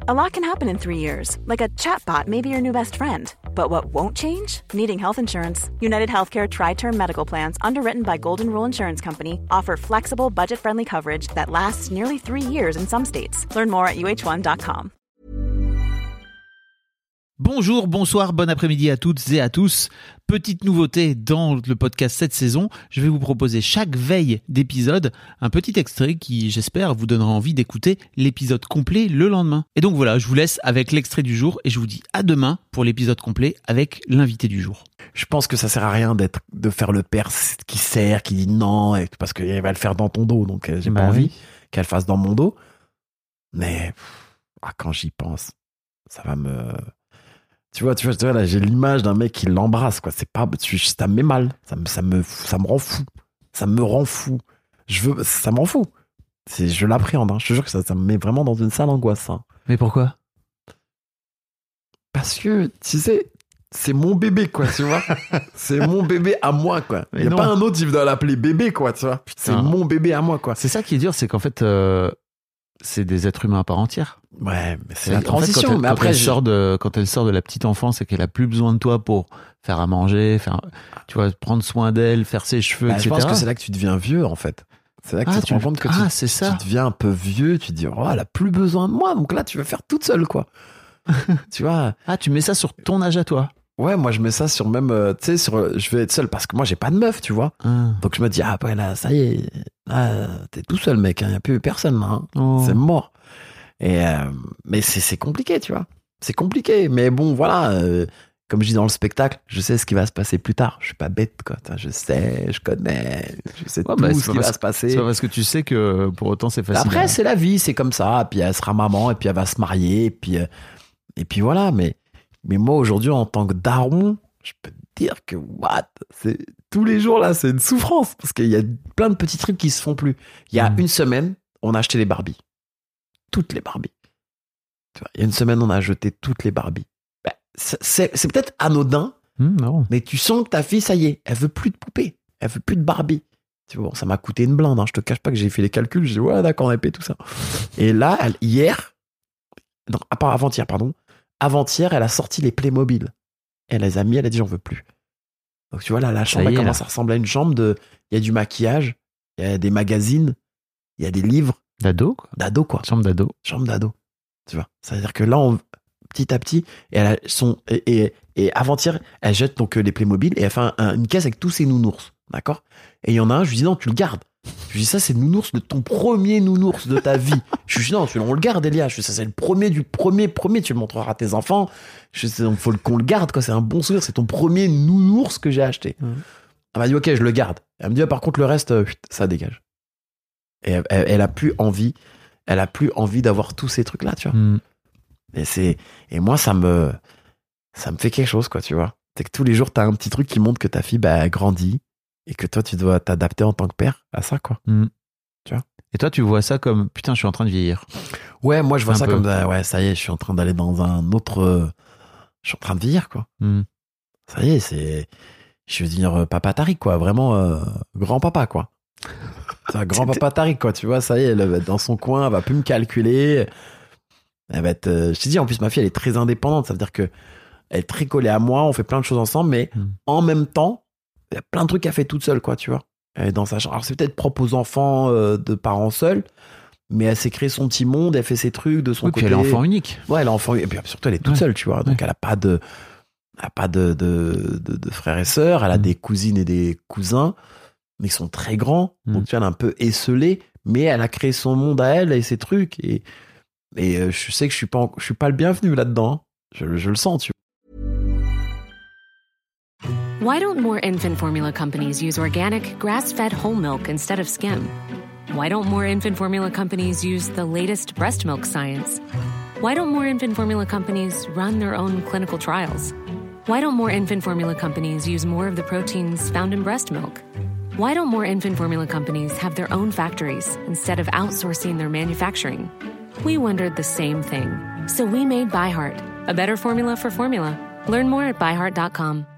A lot can happen in 3 years, like a chatbot may be your new best friend. But what won't change? Needing health insurance. United Healthcare Tri-Term Medical Plans, underwritten by Golden Rule Insurance Company, offer flexible, budget-friendly coverage that lasts nearly 3 years in some states. Learn more at uh1.com. Bonjour, bonsoir, bon après-midi à toutes et à tous. Petite nouveauté dans le podcast cette saison, je vais vous proposer chaque veille d'épisode un petit extrait qui, j'espère, vous donnera envie d'écouter l'épisode complet le lendemain. Et donc voilà, je vous laisse avec l'extrait du jour et je vous dis à demain pour l'épisode complet avec l'invité du jour. Je pense que ça sert à rien de faire le père qui sert, qui dit non, parce qu'elle va le faire dans ton dos, donc j'ai pas envie qu'elle fasse dans mon dos. Mais quand j'y pense, ça va me... Tu vois, là, j'ai l'image d'un mec qui l'embrasse, quoi. C'est pas, ça me met mal. Ça me rend fou. Ça me rend fou. Ça me rend fou. Je l'appréhende, hein. Je te jure que ça me met vraiment dans une sale angoisse, hein. Mais pourquoi? Parce que, tu sais, c'est mon bébé, quoi, tu vois. C'est mon bébé à moi, quoi. Il n'y a pas un autre qui doit l'appeler bébé, quoi, tu vois. C'est mon bébé à moi, quoi. C'est ça qui est dur, c'est qu'en fait, c'est des êtres humains à part entière. Ouais, mais c'est la transition. En fait, quand elle sort de la petite enfance et qu'elle a plus besoin de toi pour faire à manger, tu vois, prendre soin d'elle, faire ses cheveux, etc. Je pense que c'est là que tu deviens vieux, en fait. C'est là que tu te rends compte que tu deviens un peu vieux. Tu te dis, elle a plus besoin de moi. Donc là, tu vas faire toute seule, quoi. Tu vois. Ah, tu mets ça sur ton âge à toi. Ouais, moi je mets ça sur même, tu sais, je vais être seul parce que moi j'ai pas de meuf, tu vois. Donc je me dis, ouais, là, ça y est, là, t'es tout seul, mec, il n'y a plus personne, là, hein. Oh. C'est mort. Mais c'est compliqué, tu vois. C'est compliqué, mais bon, voilà, comme je dis dans le spectacle, je sais ce qui va se passer plus tard. Je suis pas bête, quoi. Je sais, je connais, je sais tout ce qui va se passer. C'est pas parce que tu sais que pour autant c'est facile. Après, c'est la vie, c'est comme ça. Puis elle sera maman, et puis elle va se marier, et puis voilà, mais moi, aujourd'hui, en tant que daron, je peux te dire que, tous les jours, là, c'est une souffrance. Parce qu'il y a plein de petits trucs qui se font plus. Il y a une semaine, on a acheté les Barbies. Toutes les Barbies. Tu vois, il y a une semaine, on a jeté toutes les Barbies. C'est peut-être anodin, mais tu sens que ta fille, ça y est, elle veut plus de poupées. Elle veut plus de Barbie. Tu vois, bon, ça m'a coûté une blinde, hein. Je te cache pas que j'ai fait les calculs. J'ai dit, d'accord, on a payé tout ça. Et là, avant-hier, elle a sorti les Playmobil. Elle les a mis, elle a dit j'en veux plus. Donc tu vois, là, la chambre, elle commence à ressembler à une chambre il y a du maquillage, il y a des magazines, il y a des livres. D'ado, quoi. D'ado, quoi. Chambre d'ado. Tu vois. Ça veut dire que là, petit à petit, et avant-hier, elle jette donc les Playmobil et elle fait une caisse avec tous ses nounours. D'accord? Et il y en a un, je lui dis non, tu le gardes. Je lui dis ça, c'est le nounours de ton premier nounours de ta vie. Je lui dis non, on le garde, Elia. Je lui dis ça, c'est le premier du premier. Tu le montreras à tes enfants. Je dis il faut qu'on le garde, quoi. C'est un bon souvenir. C'est ton premier nounours que j'ai acheté. Elle m'a dit ok, je le garde. Elle me dit par contre le reste, ça dégage. Et elle a plus envie. Elle a plus envie d'avoir tous ces trucs là, tu vois. Et moi ça me fait quelque chose, quoi, tu vois. C'est que tous les jours t'as un petit truc qui montre que ta fille grandit. Et que toi, tu dois t'adapter en tant que père à ça, quoi. Tu vois. Et toi, tu vois ça comme, putain, je suis en train de vieillir. Ouais, moi, je vois ça comme, ça y est, je suis en train d'aller dans un autre... je suis en train de vieillir, quoi. Ça y est, je veux dire papa Tariq, quoi. Vraiment, grand-papa, quoi. C'est un grand-papa Tariq, quoi. Tu vois, ça y est, elle va être dans son coin, elle va plus me calculer. Elle va être... je t'ai dit, en plus, ma fille, elle est très indépendante. Ça veut dire que elle est très collée à moi, on fait plein de choses ensemble, mais en même temps, il y a plein de trucs qu'elle fait toute seule, quoi, tu vois. Elle est dans sa chambre. Alors, c'est peut-être propre aux enfants de parents seuls, mais elle s'est créé son petit monde, elle fait ses trucs de son côté. Puis elle est enfant unique. Ouais, elle est enfant unique. Et puis surtout, elle est toute seule, tu vois. Donc, elle n'a pas de frères et sœurs. Elle a des cousines et des cousins, mais ils sont très grands. Donc, tu vois, elle est un peu esselée, mais elle a créé son monde à elle et ses trucs. Et je sais que je suis pas le bienvenu là-dedans, hein. Je le sens, tu vois. Why don't more infant formula companies use organic, grass-fed whole milk instead of skim? Why don't more infant formula companies use the latest breast milk science? Why don't more infant formula companies run their own clinical trials? Why don't more infant formula companies use more of the proteins found in breast milk? Why don't more infant formula companies have their own factories instead of outsourcing their manufacturing? We wondered the same thing. So we made ByHeart, a better formula for formula. Learn more at byheart.com.